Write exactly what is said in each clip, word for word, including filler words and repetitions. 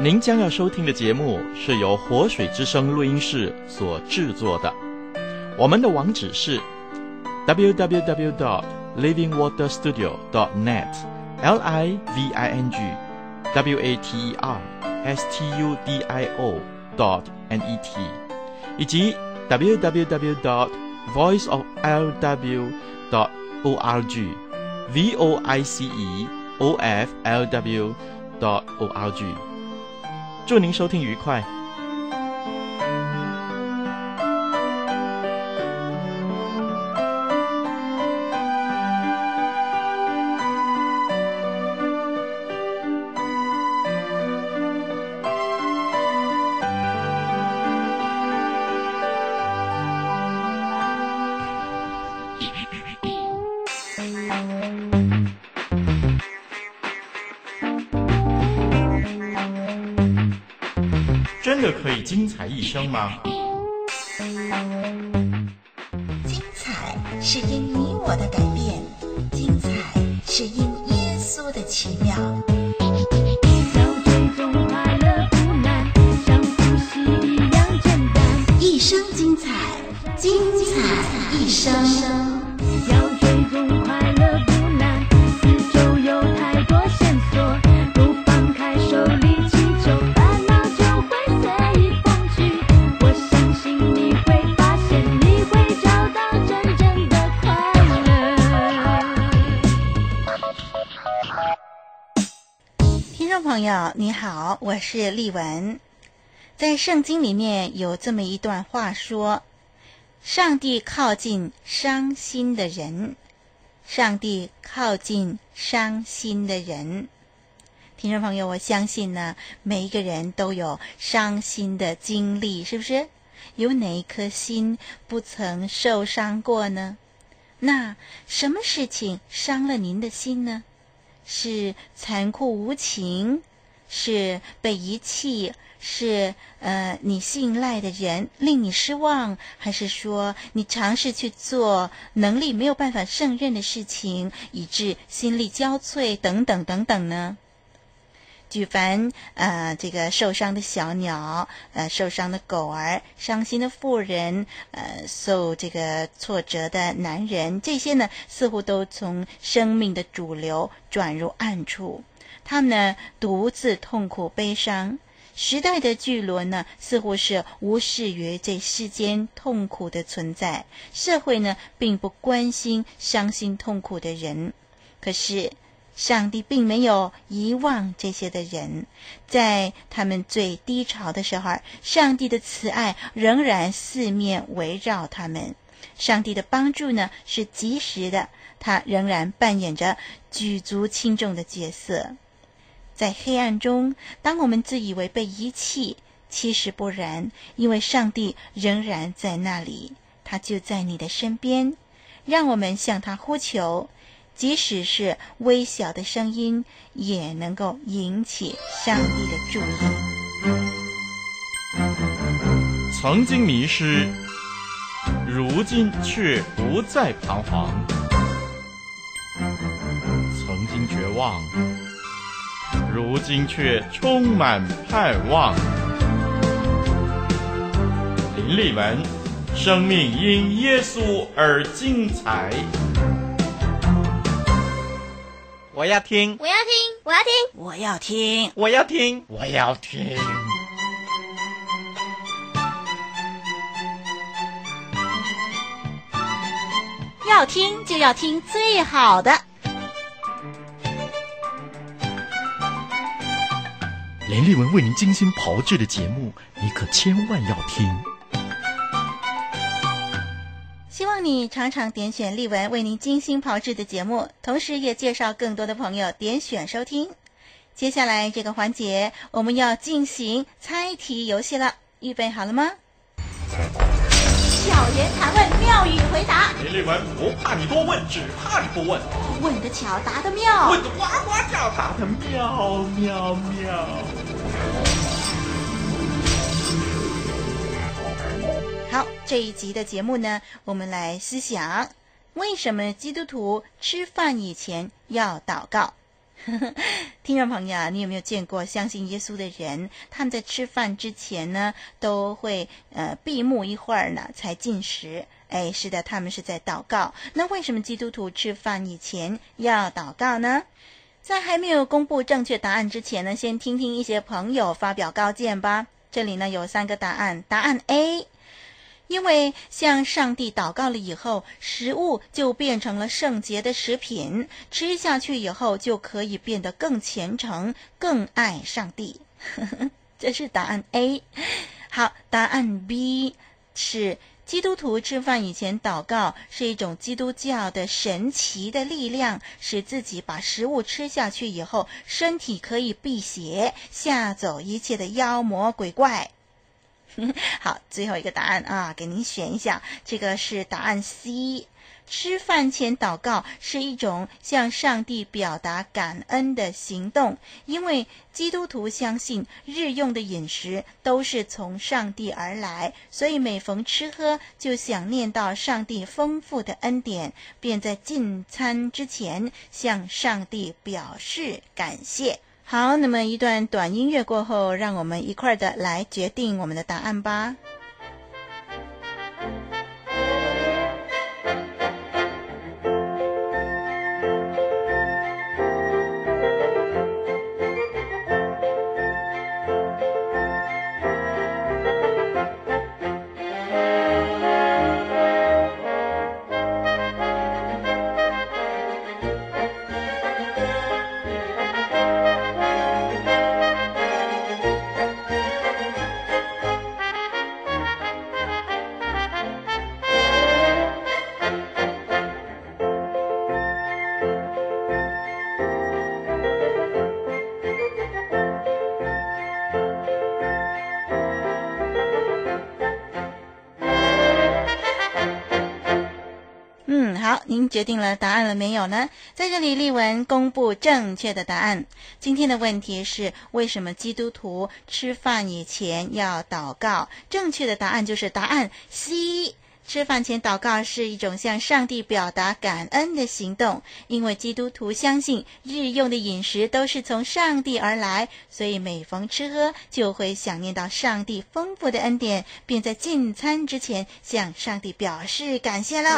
您将要收听的节目是由活水之声录音室所制作的。我们的网址是 double-u double-u double-u dot living water studio dot net L I V I N G W A T E R S T U D I O dot N E T 以及 double-u double-u double-u dot voice of L W dot org V O I C E O F L W dot org。 祝您收听愉快。真的可以精彩一生吗？ 精彩是因你我的改变，精彩是因耶稣的奇妙。一生精彩，精彩一生。要追踪快乐不难，四周有太多线索，不放开手里祈求，烦恼就会随意风去。我相信你会发现，你会找到真正的快乐。听众朋友你好，我是丽文。在圣经里面有这么一段话说，上帝靠近伤心的人，上帝靠近伤心的人。听众朋友，我相信呢，每一个人都有伤心的经历，是不是？有哪一颗心不曾受伤过呢？那什么事情伤了您的心呢？是残酷无情，是被遗弃，是呃你信赖的人令你失望，还是说你尝试去做能力没有办法胜任的事情，以致心力交瘁等等等等呢？举凡呃这个受伤的小鸟，呃受伤的狗儿，伤心的妇人，呃受这个挫折的男人，这些呢似乎都从生命的主流转入暗处，他们呢独自痛苦悲伤。时代的巨轮呢，似乎是无视于这世间痛苦的存在，社会呢并不关心伤心痛苦的人。可是上帝并没有遗忘这些的人，在他们最低潮的时候，上帝的慈爱仍然四面围绕他们。上帝的帮助呢是及时的，他仍然扮演着举足轻重的角色。在黑暗中，当我们自以为被遗弃，其实不然，因为上帝仍然在那里，他就在你的身边。让我们向他呼求，即使是微小的声音，也能够引起上帝的注意。 曾经迷失，如今却不再彷徨；曾经绝望，如今却充满盼望。林立文，生命因耶稣而精彩。我要听， 我要听，我要听， 我要听， 我要听，我要听。 要听就要听最好的。 连丽文为您精心炮制的节目，你可千万要听。 希望你常常点选丽文为您精心炮制的节目，同时也介绍更多的朋友点选收听。接下来这个环节，我们要进行猜题游戏了，预备好了吗？巧言谈问，妙语回答。 连丽文不怕你多问，只怕你不问。 问得巧，答得妙， 问得呱呱叫，答得妙妙妙。 好，这一集的节目呢，我们来思想为什么基督徒吃饭以前要祷告。 听众朋友，你有没有见过相信耶稣的人，他们在吃饭之前呢，都会呃闭目一会儿呢才进食？哎，是的，他们是在祷告。那为什么基督徒吃饭以前要祷告呢？在还没有公布正确答案之前呢，先听听一些朋友发表高见吧。这里呢有三个答案。答案 A，因为向上帝祷告了以后，食物就变成了圣洁的食品，吃下去以后就可以变得更虔诚，更爱上帝。这是答案 A。 好，答案 B 是基督徒吃饭以前祷告是一种基督教的神奇的力量，使自己把食物吃下去以后，身体可以辟邪，吓走一切的妖魔鬼怪。好，最后一个答案啊，给您选一下，这个是答案 C。 吃饭前祷告是一种向上帝表达感恩的行动，因为基督徒相信日用的饮食都是从上帝而来，所以每逢吃喝就想念到上帝丰富的恩典，便在进餐之前向上帝表示感谢。好，那么一段短音乐过后，让我们一块的来决定我们的答案吧。好，您决定了答案了没有呢？在这里丽文公布正确的答案。今天的问题是为什么基督徒吃饭以前要祷告？正确的答案就是答案 C。吃饭前祷告是一种向上帝表达感恩的行动，因为基督徒相信日用的饮食都是从上帝而来，所以每逢吃喝就会想念到上帝丰富的恩典，并在进餐之前向上帝表示感谢了。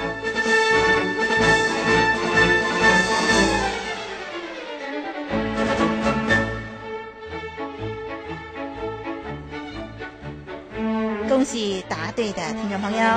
恭喜答对的听众朋友。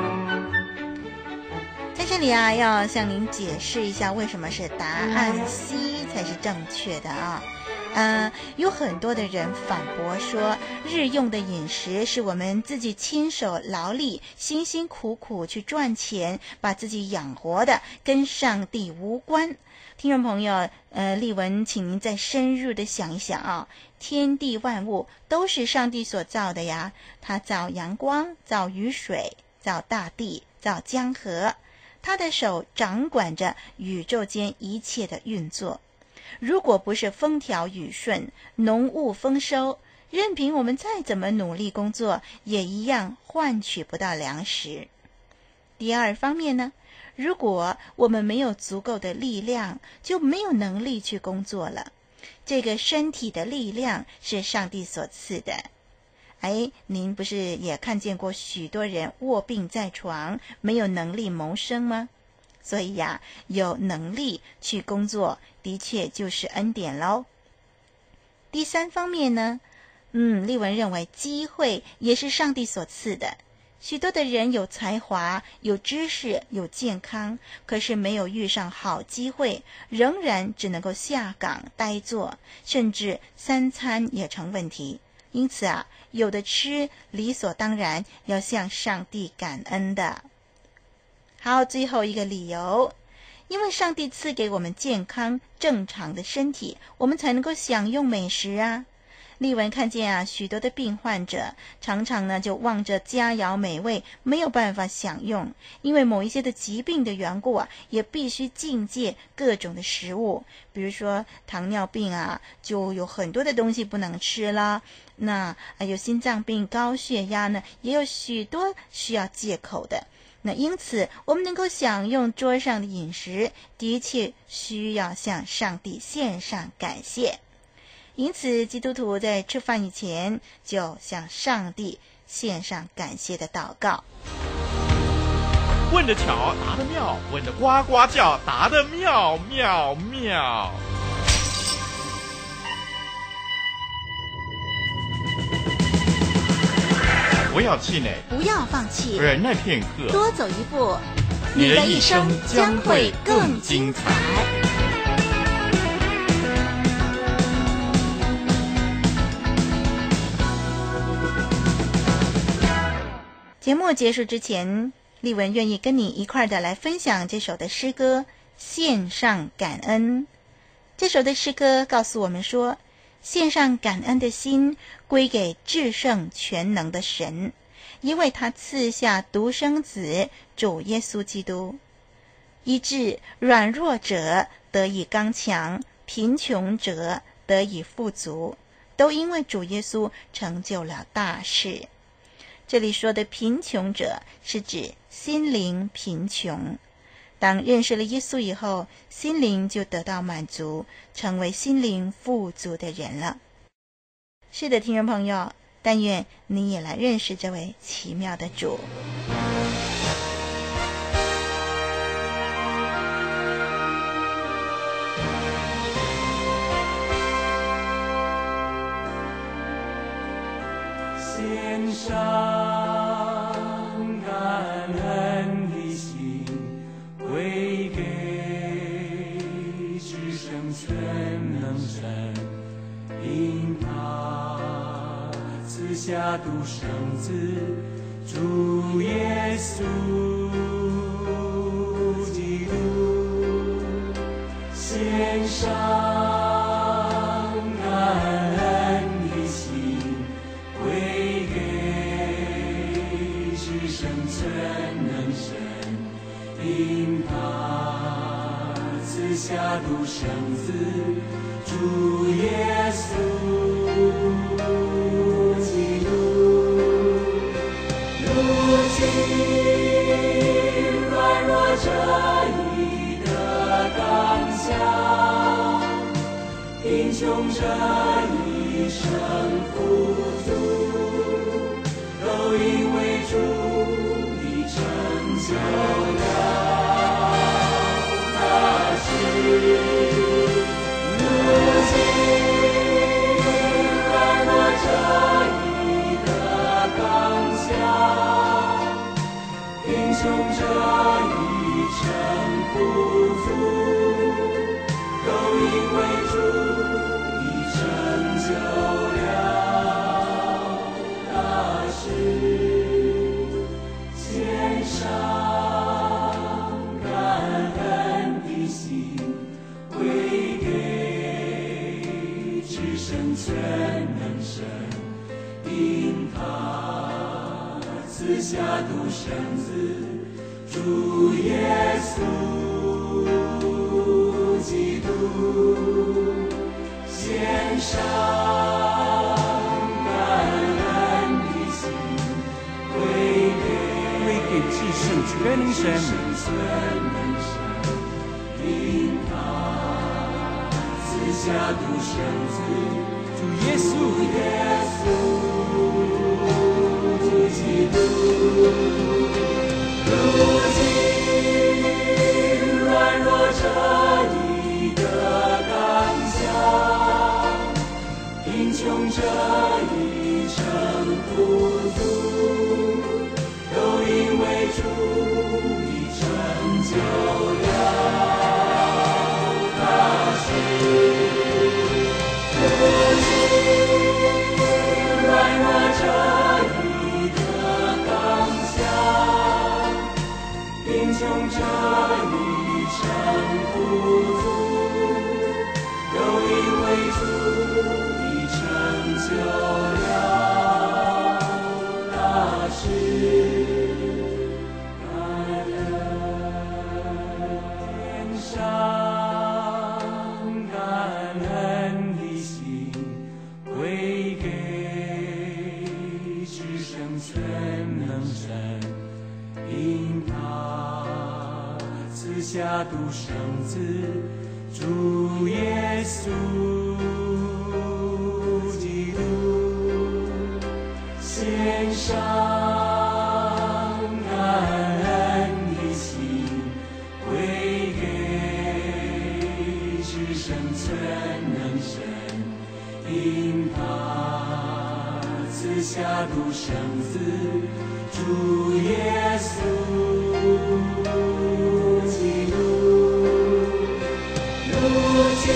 在这里啊，要向您解释一下为什么是答案 C 才是正确的啊。呃，有很多的人反驳说，日用的饮食是我们自己亲手劳力、辛辛苦苦去赚钱，把自己养活的，跟上帝无关。听众朋友，呃，丽文请您再深入的想一想啊，天地万物都是上帝所造的呀，他造阳光，造雨水，造大地，造江河，他的手掌管着宇宙间一切的运作。如果不是风调雨顺、农务丰收，任凭我们再怎么努力工作，也一样换取不到粮食。第二方面呢，如果我们没有足够的力量，就没有能力去工作了。这个身体的力量是上帝所赐的。哎，您不是也看见过许多人卧病在床，没有能力谋生吗？所以呀，有能力去工作，的确就是恩典咯。第三方面呢，嗯，丽文认为机会也是上帝所赐的。许多的人有才华、有知识、有健康，可是没有遇上好机会，仍然只能够下岗呆坐，甚至三餐也成问题。因此啊，有的吃理所当然要向上帝感恩的。好，最后一个理由，因为上帝赐给我们健康正常的身体，我们才能够享用美食啊。丽文看见啊，许多的病患者常常呢就望着佳肴美味，没有办法享用，因为某一些的疾病的缘故啊，也必须禁戒各种的食物。比如说糖尿病啊，就有很多的东西不能吃啦。那还有心脏病、高血压呢，也有许多需要戒口的。 那因此我们能够享用桌上的饮食，的确需要向上帝献上感谢。因此基督徒在吃饭以前就向上帝献上感谢的祷告。 问得巧，答得妙，问得呱呱叫，答得妙妙妙。不要气馁， 不要放弃， 忍耐片刻， 多走一步， 你的一生将会更精彩。 节目结束之前，丽文愿意跟你一块的来分享这首的诗歌《献上感恩》。这首的诗歌告诉我们说，献上感恩的心归给至圣全能的神，因为他赐下独生子主耶稣基督，以致软弱者得以刚强，贫穷者得以富足，都因为主耶稣成就了大事。这里说的贫穷者是指心灵贫穷，当认识了耶稣以后，心灵就得到满足，成为心灵富足的人了。是的，听众朋友，但愿你也来认识这位奇妙的主。 献上感恩的心，归给至圣全能神，因他赐下独生子主耶稣基督，献上下独生子主耶稣基督，如今软弱者已得刚强，贫穷者已生富足，都因为主已成就了。如今软弱者已得刚强，贫穷者已成富足，都因为主已成就了大事，献上全能神，因他赐下独生子主耶稣基督，献上感恩的心，归给归给至圣全能神，因他赐下独生子。主耶稣，耶稣，主基督，如今软弱者已得刚强，贫穷者已成富足，都因为主已成就了大事。软弱者已得刚强， 独生子主耶稣基督，献上感恩的心，归给至圣全能神，因他赐下独生子主耶稣基督。如今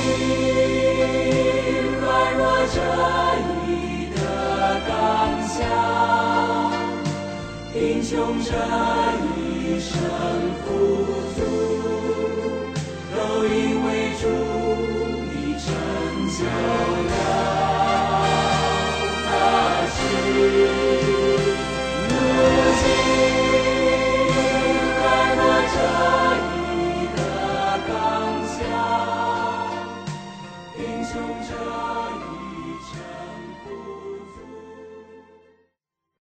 软弱这一的刚强，贫穷这一生富足，都因为主你成就了他是。如今软弱这一的刚强，贫穷这一